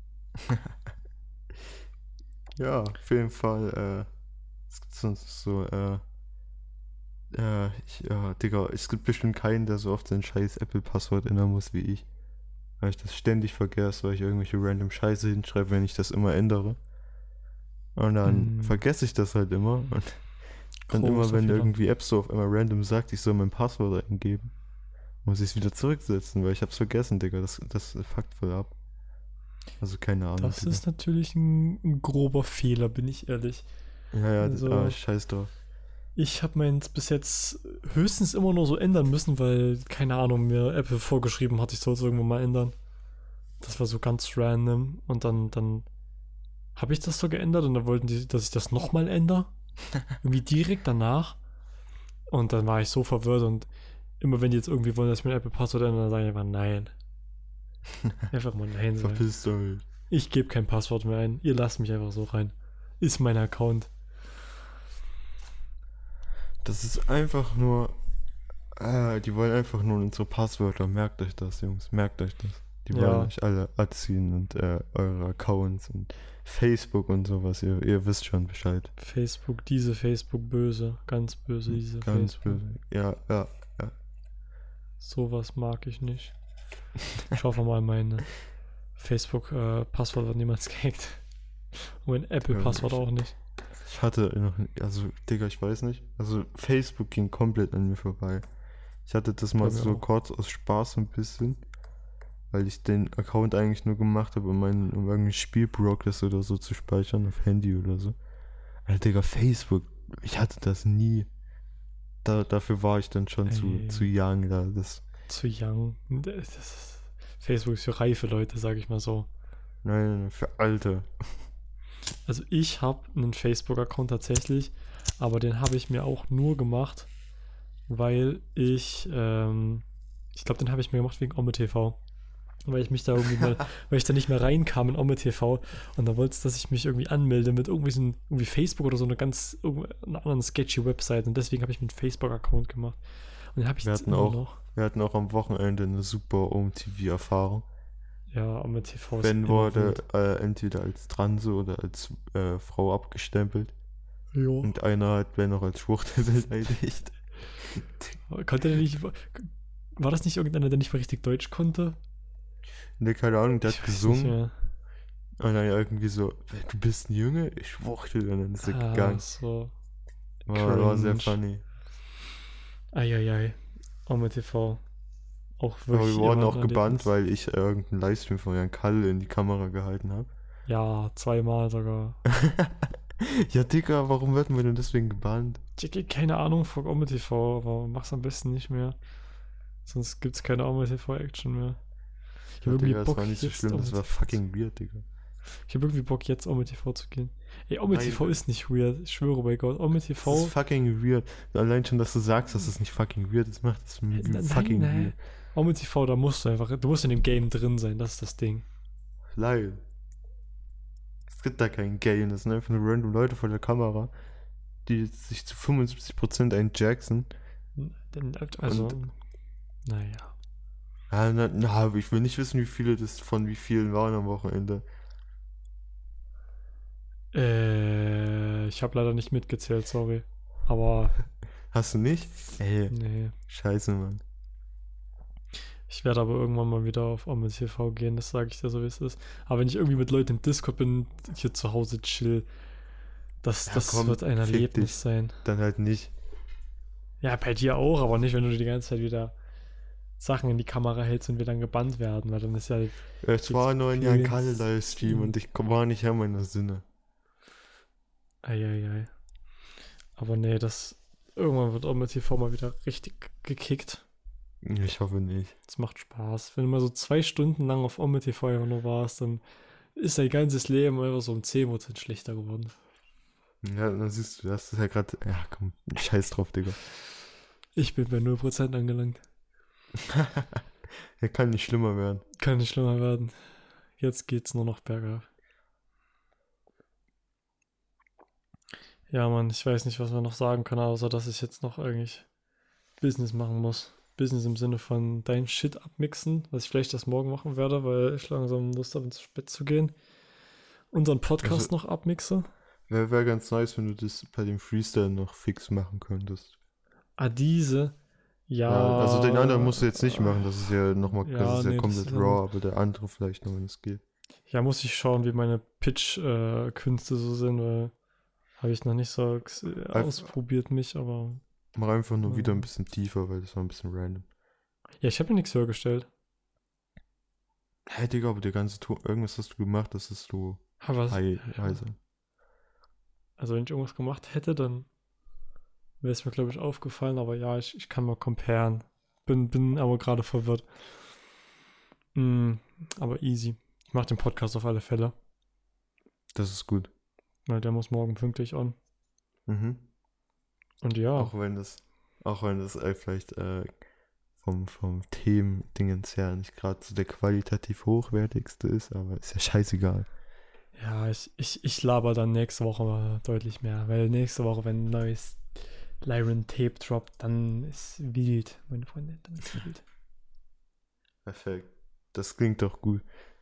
Ja, auf jeden Fall, äh, es gibt sonst so, äh, äh, ich, ja, Digga, es gibt bestimmt keinen, der so oft sein scheiß Apple-Passwort ändern muss wie ich. Weil ich das ständig vergesse, weil ich irgendwelche random Scheiße hinschreibe, wenn ich das immer ändere. Und dann mm. vergesse ich das halt immer. Und dann Groß immer, wenn irgendwie App Store auf einmal random sagt, ich soll mein Passwort eingeben, muss ich es wieder zurücksetzen, weil ich hab's vergessen, Digga. Das, das fuckt voll ab. Also keine Ahnung. Das Digga. ist natürlich ein, ein grober Fehler, bin ich ehrlich. Ja, ja, also, ah, scheiß drauf. Ich habe meins bis jetzt höchstens immer nur so ändern müssen, weil, keine Ahnung, mir Apple vorgeschrieben hat, ich soll es irgendwo mal ändern. Das war so ganz random. Und dann, dann habe ich das so geändert und dann wollten die, dass ich das nochmal ändere. Irgendwie direkt danach. Und dann war ich so verwirrt und immer wenn die jetzt irgendwie wollen, dass ich mein Apple-Passwort ändere, dann sage ich einfach nein. Einfach mal nein sagen. Verpisst euch. Ich gebe kein Passwort mehr ein. Ihr lasst mich einfach so rein. Ist mein Account. Das ist einfach nur... Äh, die wollen einfach nur unsere Passwörter. Merkt euch das, Jungs. Merkt euch das. Die wollen ja. euch alle anziehen und äh, eure Accounts und Facebook und sowas. Ihr, ihr wisst schon Bescheid. Facebook, diese Facebook böse. Ganz böse, diese Ganz Facebook. böse. Ja, ja, ja. Sowas mag ich nicht. Ich hoffe mal, mein Facebook-Passwort äh, wird niemals gehackt. Und mein Apple-Passwort ja, auch nicht. Ich hatte noch, also, Digga, ich weiß nicht. Also, Facebook ging komplett an mir vorbei. Ich hatte das mal so auch. kurz aus Spaß ein bisschen, weil ich den Account eigentlich nur gemacht habe, um, mein, um irgendwie Spielprogress oder so zu speichern auf Handy oder so. Alter, Digga, Facebook, ich hatte das nie. Da, dafür war ich dann schon zu, zu young da. Das zu young. Das ist, Facebook ist für reife Leute, sag ich mal so. Nein, nein, für Alte. Also ich habe einen Facebook-Account tatsächlich, aber den habe ich mir auch nur gemacht, weil ich, ähm, ich glaube, den habe ich mir gemacht wegen Omme T V. Weil ich mich da irgendwie mal, weil ich da nicht mehr reinkam in Omme T V und da wollte es, dass ich mich irgendwie anmelde mit irgendwie, so ein, irgendwie Facebook oder so eine ganz, einer anderen sketchy Website und deswegen habe ich mir einen Facebook-Account gemacht. Und den habe ich wir jetzt hatten immer auch, noch. Wir hatten auch am Wochenende eine super Omme T V-Erfahrung. Ja, Omme T V ist Ben wurde äh, entweder als Transe oder als äh, Frau abgestempelt. Jo. Und einer hat Ben noch als Schwuchtel beleidigt. Konnte der nicht, war das nicht irgendeiner, der nicht mal richtig Deutsch konnte? Ne, keine Ahnung, der ich hat gesungen. Und dann irgendwie so, du bist ein Junge, ich Schwuchtel. Und dann ist er ah, gegangen. So. War, war sehr funny. Eieiei. Omme T V. Auch wirklich. Aber wir wurden auch gebannt, weil ich äh, irgendeinen Livestream von Jan Kalle in die Kamera gehalten habe. Ja, zweimal sogar. Ja, Digga, warum werden wir denn deswegen gebannt? Ich keine Ahnung, fuck Omme T V, aber mach's am besten nicht mehr. Sonst gibt's keine Omme T V-Action mehr. Ich hab ja, irgendwie Digga, Bock, das war nicht so schlimm, das war fucking weird, Digga. Ich hab irgendwie Bock, jetzt Omme T V zu gehen. Ey, Omme T V ist nicht weird, ich schwöre bei Gott. Omme T V... Das ist fucking weird. Allein schon, dass du sagst, dass es nicht fucking weird ist, macht es nein, fucking nein. weird. Omni T V, da musst du einfach, du musst in dem Game drin sein, das ist das Ding. Leil. Es gibt da kein Game, das sind einfach nur random Leute vor der Kamera, die sich zu fünfundsiebzig Prozent einen Jackson. Also, Und, naja. ja, na, na, ich will nicht wissen, wie viele das von wie vielen waren am Wochenende. Äh, ich habe leider nicht mitgezählt, sorry. Aber. Hast du nicht? Ey, nee. Scheiße, Mann. Ich werde aber irgendwann mal wieder auf Omni T V gehen, das sage ich dir so, wie es ist. Aber wenn ich irgendwie mit Leuten im Discord bin, hier zu Hause chill, das, Ja, das komm, wird ein fick Erlebnis dich. sein. Dann halt nicht. Ja, bei dir auch, aber nicht, wenn du die ganze Zeit wieder Sachen in die Kamera hältst und wir dann gebannt werden, weil dann ist ja. Es war nur ein Jan Kalle Experience. Livestream und ich war nicht Herr meiner Sinne. Eieiei. Aber nee, das. Irgendwann wird Omni T V mal wieder richtig gekickt. Ich hoffe nicht. Das macht Spaß. Wenn du mal so zwei Stunden lang auf Omni T V einfach nur warst, dann ist dein ganzes Leben einfach so um zehn Prozent schlechter geworden. Ja, dann siehst du, das ist ja gerade. Ja, komm, scheiß drauf, Digga. Ich bin bei null Prozent angelangt. Ja, kann nicht schlimmer werden. Kann nicht schlimmer werden. Jetzt geht's nur noch bergab. Ja, Mann, ich weiß nicht, was wir noch sagen können, außer dass ich jetzt noch eigentlich Business machen muss. Business im Sinne von dein Shit abmixen, was ich vielleicht erst morgen machen werde, weil ich langsam Lust habe, ins Bett zu gehen. Unseren Podcast Also, noch abmixe. Wäre wär ganz nice, wenn du das bei dem Freestyle noch fix machen könntest. Ah, diese. Ja. Ja, also den anderen musst du jetzt nicht machen, das ist ja nochmal, Ja, das ist ja nee, das komplett ist dann- raw, aber der andere vielleicht noch, wenn es geht. Ja, muss ich schauen, wie meine Pitch-Künste so sind, weil habe ich noch nicht so ex- ausprobiert mich, aber Mach einfach nur Ja. wieder ein bisschen tiefer, weil das war ein bisschen random. ja, ich habe mir nichts vorgestellt. Hey, Digga, aber der ganze Tour, irgendwas hast du gemacht, das ist so Aber was, high, heiser. also wenn ich irgendwas gemacht hätte, dann wäre es mir, glaube ich, aufgefallen, aber ja, ich, ich kann mal comparen. Bin, bin aber gerade verwirrt. Mm, aber easy. Ich mache den Podcast auf alle Fälle, Das ist gut. weil der muss morgen pünktlich on. Mhm. Und ja, Auch wenn das, auch wenn das äh, vielleicht äh, vom, vom Themen-Dingens her nicht gerade so der qualitativ hochwertigste ist, aber ist ja scheißegal. ja, ich, ich, ich laber dann nächste Woche mal deutlich mehr, weil nächste Woche, wenn ein neues Lyran Tape droppt, dann ist wild, meine Freunde, dann ist wild. Perfekt. Das klingt doch gut.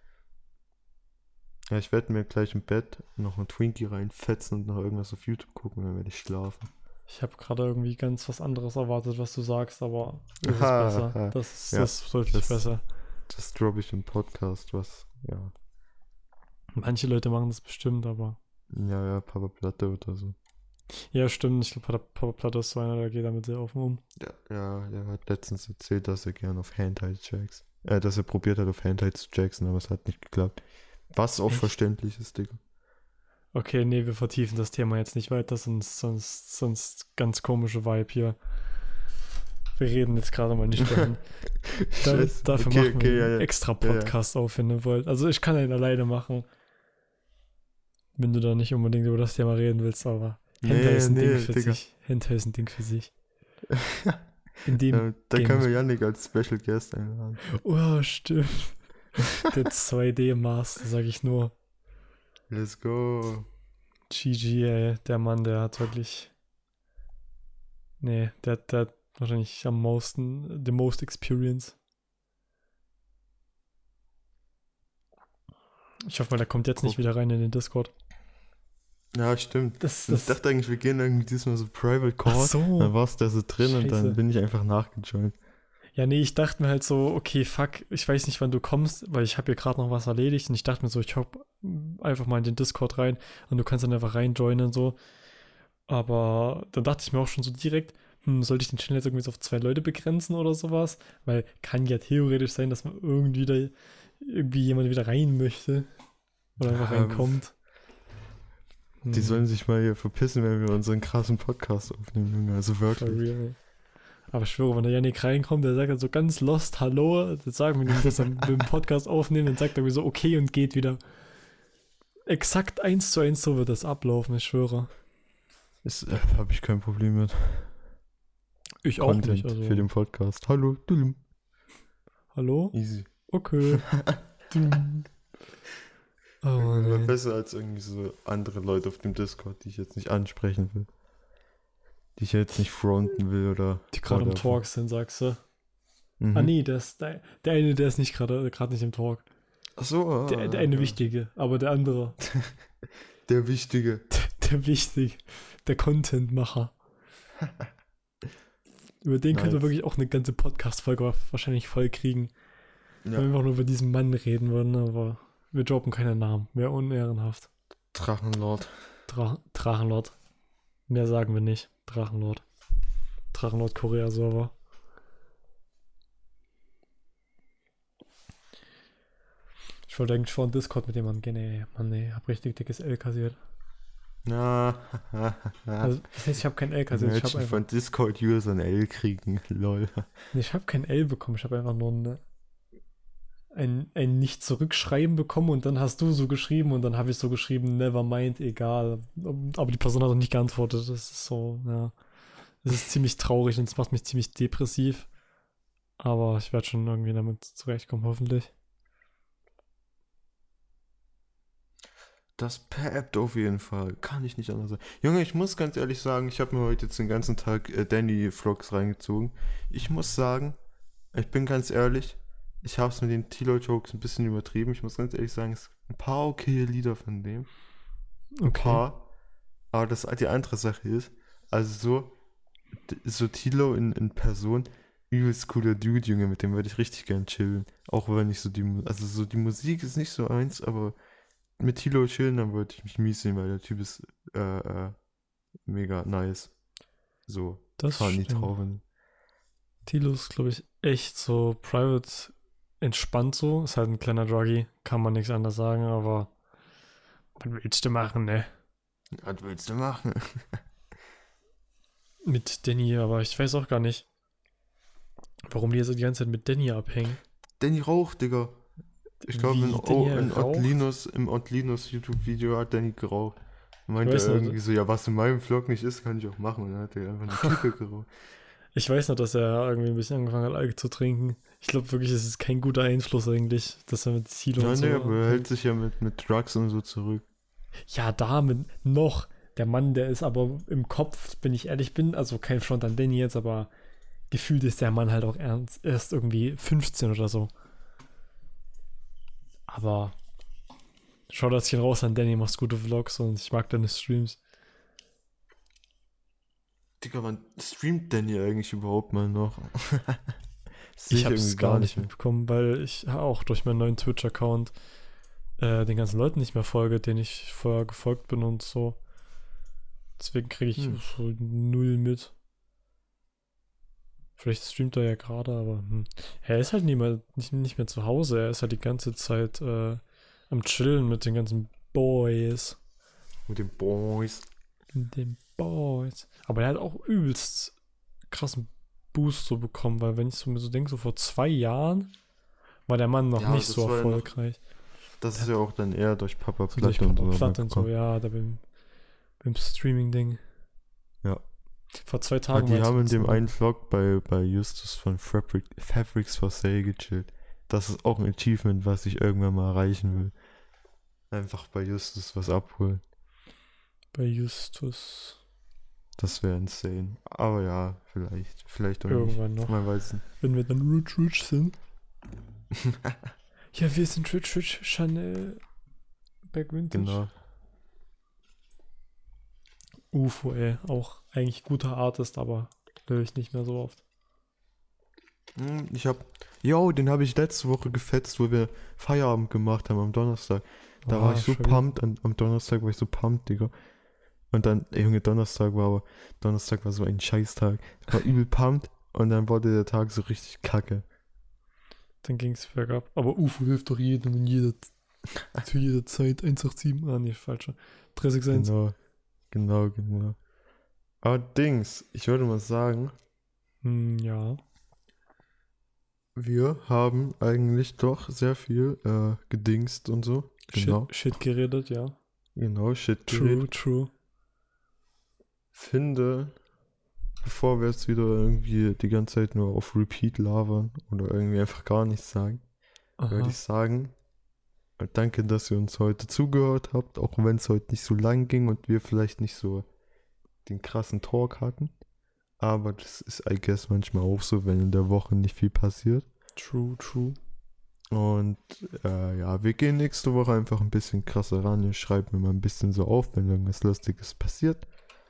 Ja, ich werde mir gleich im Bett noch ein Twinkie reinfetzen und noch irgendwas auf YouTube gucken, dann werde ich schlafen. Ich habe gerade irgendwie ganz was anderes erwartet, was du sagst, aber das ist Aha, besser. aha. Das ist, Ja, das ist deutlich das- besser. Das droppe ich im Podcast, was, ja. Manche Leute machen das bestimmt, aber Ja, ja, Papa Platte oder so. ja, stimmt. Ich glaube, Papa Platte ist so einer, der geht damit sehr offen um. Ja, ja, der hat letztens erzählt, dass er gerne auf Handheld-Jacks, äh, dass er probiert hat, auf Handheld zu jacksen, aber es hat nicht geklappt. Was auch Echt? verständlich ist, Digga. Okay, nee, wir vertiefen das Thema jetzt nicht weiter, sonst, sonst, sonst ganz komische Vibe hier. Wir reden jetzt gerade mal nicht dahin. Da, Scheiße. dafür Okay, machen okay, wir ja, einen ja. extra Ja, ja. Podcast auf, wenn ihr wollt. Also ich kann den alleine machen, wenn du da nicht unbedingt über das Thema reden willst, aber Hentai Nee, ist ein nee, Ding für Digga. sich. Hentai ist ein Ding für sich. In dem Ja, da Game können ist- wir Yannick als Special Guest einladen. Oh, stimmt. Der zwei D-Master, sag ich nur. Let's go. G G, ey. Der Mann, der hat wirklich. Nee, der, der hat wahrscheinlich am meisten, the most experience. Ich hoffe mal, der kommt jetzt nicht Guck. wieder rein in den Discord. Ja, stimmt. Das, Ich das, dachte eigentlich, wir gehen irgendwie diesmal so Private ach Call. so. Dann war es da so drin und Scheiße. dann bin ich einfach nachgejoint. Ja, nee, ich dachte mir halt so, okay, fuck, ich weiß nicht, wann du kommst, weil ich habe hier gerade noch was erledigt und ich dachte mir so, ich hopp einfach mal in den Discord rein und du kannst dann einfach reinjoinen und so. Aber dann dachte ich mir auch schon so direkt, hm, sollte ich den Channel jetzt irgendwie so auf zwei Leute begrenzen oder sowas? Weil kann ja theoretisch sein, dass man irgendwie da irgendwie jemand wieder rein möchte oder einfach Ja, reinkommt. Die Hm, sollen sich mal hier verpissen, wenn wir unseren krassen Podcast aufnehmen, Junge. Also for wirklich. real. Aber ich schwöre, wenn der Yannick reinkommt, der sagt dann so ganz lost Hallo, dann sagen wir ihm, dass er mit dem Podcast aufnehmen, dann sagt er mir so okay und geht wieder. Exakt eins zu eins so wird das ablaufen, ich schwöre. Ist, äh, habe ich kein Problem mit. Ich Content also. für den Podcast. Hallo, Dulum. Hallo? Easy. Okay. Dum. Oh, Aber nee. besser als irgendwie so andere Leute auf dem Discord, die ich jetzt nicht ansprechen will. Die ich jetzt nicht fronten will oder. Die gerade im whatever. Talk sind, sagst du. Mhm. Ah nee, der, ist, der, der eine, der ist nicht gerade gerade nicht im Talk. Ach so, ah, Der, der ja, eine ja. Wichtige, aber der andere, Der Wichtige. der Wichtig, der Contentmacher. Über den könnte man Nice. wirklich auch eine ganze Podcast-Folge wahrscheinlich voll kriegen. Wenn wir Ja. einfach nur über diesen Mann reden würden, aber wir droppen keine Namen. Wäre unehrenhaft. Drachenlord. Dra Drachenlord. Mehr sagen wir nicht. Drachenlord. Drachenlord Korea-Server. Ich wollte eigentlich vor Discord mit jemandem gehen, ey. Mann, ey, hab richtig dickes L kassiert. Na, Also, das heißt, ich habe kein L kassiert. Ich habe Imagine einfach, von Discord-Usern L kriegen. Lol. nee, ich habe kein L bekommen. Ich habe einfach nur eine, ein, ein Nicht-Zurückschreiben bekommen und dann hast du so geschrieben und dann habe ich so geschrieben, never mind, egal. Aber die Person hat auch nicht geantwortet. Das ist so, ja. Es ist ziemlich traurig und es macht mich ziemlich depressiv. Aber ich werde schon irgendwie damit zurechtkommen, hoffentlich. Das peppt auf jeden Fall. Kann ich nicht anders sagen. Junge, ich muss ganz ehrlich sagen, ich habe mir heute jetzt den ganzen Tag äh, Danny-Vlogs reingezogen. Ich muss sagen, ich bin ganz ehrlich, ich habe es mit den Tilo-Jokes ein bisschen übertrieben. Ich muss ganz ehrlich sagen, es sind ein paar okay Lieder von dem. Ein Okay. paar. Aber das, die andere Sache ist, also so, d- so Tilo in, in Person, übelst cooler Dude, Junge, mit dem würde ich richtig gern chillen. Auch wenn ich so die, Mu- also so die Musik ist nicht so eins, aber mit Tilo chillen, dann würde ich mich mies sehen, weil der Typ ist äh, äh, mega nice. So, Das funny stimmt. drauf. und- Tilo ist, glaube ich, echt so private entspannt so. Ist halt ein kleiner Druggy, kann man nichts anderes sagen, aber was willst du machen, ne? Was willst du machen? Mit Danny, aber ich weiß auch gar nicht, warum die jetzt die ganze Zeit mit Danny abhängen. Danny raucht, Digga. Ich glaube, Wie, in, Danny oh, in raucht? Otlinus, im Otlinus YouTube-Video hat Danny geraucht. Er meinte weiß nicht. irgendwie so, ja, was in meinem Vlog nicht ist, kann ich auch machen. Und dann hat er einfach eine Kippe geraucht. Ich weiß noch, dass er irgendwie ein bisschen angefangen hat, Alkohol zu trinken. Ich glaube wirklich, es ist kein guter Einfluss eigentlich, dass er mit Tilo Ja, und so. nee, aber er hält sich ja mit, mit Drugs und so zurück. Ja, damit noch. Der Mann, der ist aber im Kopf, wenn ich ehrlich bin, also kein Front an Danny jetzt, aber gefühlt ist der Mann halt auch ernst, erst irgendwie fünfzehn oder so. Aber schau das hier raus an Danny, machst gute Vlogs und ich mag deine Streams. Digga, wann streamt Danny eigentlich überhaupt mal noch? Das sehe Ich habe irgendwie es gar nicht mitbekommen, weil ich auch durch meinen neuen Twitch-Account äh, den ganzen Leuten nicht mehr folge, denen ich vorher gefolgt bin und so. Deswegen kriege ich Hm. so null mit. Vielleicht streamt er ja gerade, aber hm. Er ist halt nie mehr, nicht, nicht mehr zu Hause. Er ist halt die ganze Zeit äh, am Chillen mit den ganzen Boys. Mit den Boys. Mit den Boys. Aber er hat auch übelst krassen Boost so bekommen, weil wenn ich so mir so denke, so vor zwei Jahren war der Mann noch Ja, nicht das so war ja noch- erfolgreich. Das ist ja auch dann eher durch Papa So durch Platte und Papa so. Platt und so, bekommen. ja, da beim, beim Streaming-Ding. Ja. Vor zwei Ah, Tagen die war ich haben in so- dem einen Vlog bei, bei Justus von Fabric, Fabrics for Sale gechillt. Das ist auch ein Achievement, was ich irgendwann mal erreichen will. Einfach bei Justus was abholen. bei Justus Das wäre insane. Aber ja, vielleicht. Vielleicht auch irgendwann nicht. noch, Man weiß nicht. wenn wir dann rich rich sind. Ja, wir sind rich rich, Chanel, Back Vintage. Genau. U F O, ey, auch eigentlich guter Artist, aber höre ich nicht mehr so oft. Hm, Ich hab. Yo, den habe ich letzte Woche gefetzt, wo wir Feierabend gemacht haben am Donnerstag. Da Ah, war ich so schön. pumped. An, am Donnerstag war ich so pumped, Digga. Und dann, ey, Junge, Donnerstag war aber. Donnerstag war so ein Scheißtag. Ich war übel pumped. Und dann wurde der Tag so richtig kacke. Dann ging es bergab. Aber U F O hilft doch jedem in jeder, zu jeder Zeit. eins acht sieben, ah nee, falscher. drei sechs eins. Genau. Genau, genau. Allerdings, ich würde mal sagen, Hm, ja. wir haben eigentlich doch sehr viel äh, gedingst und so. Genau. Shit, Shit geredet, ja. Genau, shit. True, geredet. true. Finde, bevor wir jetzt wieder irgendwie die ganze Zeit nur auf Repeat labern oder irgendwie einfach gar nichts sagen, würde Aha. ich sagen, äh, danke, dass ihr uns heute zugehört habt, auch wenn es heute nicht so lang ging und wir vielleicht nicht so den krassen Talk hatten. Aber das ist, I guess, manchmal auch so, wenn in der Woche nicht viel passiert. True, true. Und äh, ja, wir gehen nächste Woche einfach ein bisschen krasser ran. Ihr schreibt mir mal ein bisschen so auf, wenn irgendwas Lustiges passiert.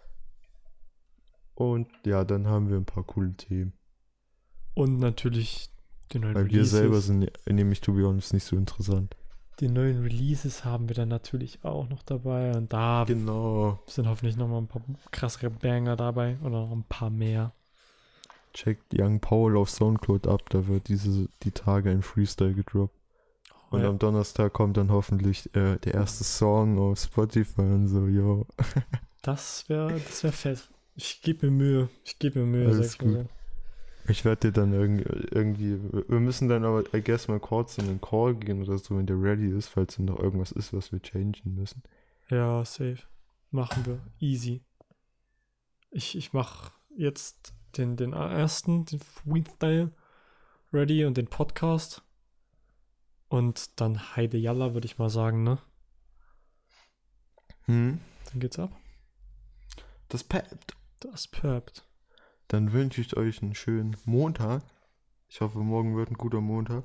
Und ja, dann haben wir ein paar coole Themen. Und natürlich die neuen Weil wir Releases. selber sind nämlich, to be honest, nicht so interessant. Die neuen Releases haben wir dann natürlich auch noch dabei. Und da Genau. sind hoffentlich nochmal ein paar krassere Banger dabei. Oder noch ein paar mehr. Checkt Young Paul auf Soundcloud ab, da wird diese die Tage ein Freestyle gedroppt. Und Ja. am Donnerstag kommt dann hoffentlich äh, der erste Song auf Spotify und so, yo. Das wäre das wär fett. Ich gebe mir Mühe. Ich gebe mir Mühe, Alles sag ich mal gut. so. Ich werde dir dann irgendwie, irgendwie, wir müssen dann aber, I guess, mal kurz in den Call gehen oder so, wenn der ready ist, falls dann noch irgendwas ist, was wir changen müssen. Ja, safe. Machen wir. Easy. Ich, ich mach jetzt den, den ersten, den Freestyle ready und den Podcast. Und dann Heide Jalla, würde ich mal sagen, ne? Hm? Dann geht's ab. Das peppt. Das perpt. Dann wünsche ich euch einen schönen Montag. Ich hoffe, morgen wird ein guter Montag.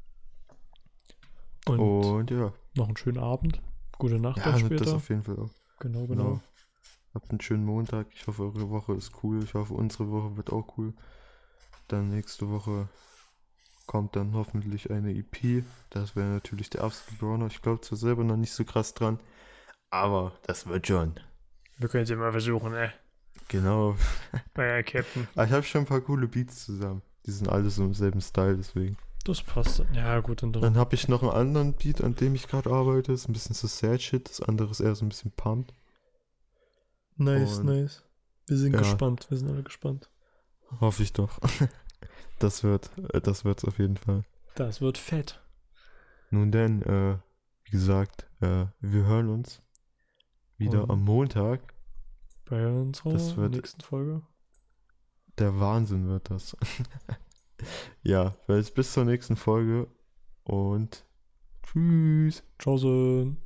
Und, Und ja. noch einen schönen Abend. Gute Nacht Ja, dann das später. auf jeden Fall auch. Genau, genau. Genau. Habt einen schönen Montag. Ich hoffe, eure Woche ist cool. Ich hoffe, unsere Woche wird auch cool. Dann nächste Woche kommt dann hoffentlich eine E P. Das wäre natürlich der absolute Burner. Ich glaube zwar selber noch nicht so krass dran, aber das wird schon. Wir können es ja mal versuchen, ne? Genau. Naja, Captain. Aber ich habe schon ein paar coole Beats zusammen. Die sind alle so im selben Style, deswegen. Das passt. Ja, gut. Und dann, Dann habe ich noch einen anderen Beat, an dem ich gerade arbeite. Ist ein bisschen so Sad Shit. Das andere ist eher so ein bisschen Pumped. nice, und- nice. Wir sind ja. gespannt. Wir sind alle gespannt. Hoffe ich doch. Das wird, äh, das wird's auf jeden Fall. Das wird fett. Nun denn, äh, wie gesagt, äh, wir hören uns wieder Und- am Montag. Bei unserer Das wird- nächsten Folge. Der Wahnsinn wird das. Ja, vielleicht bis zur nächsten Folge und tschüss. Ciao.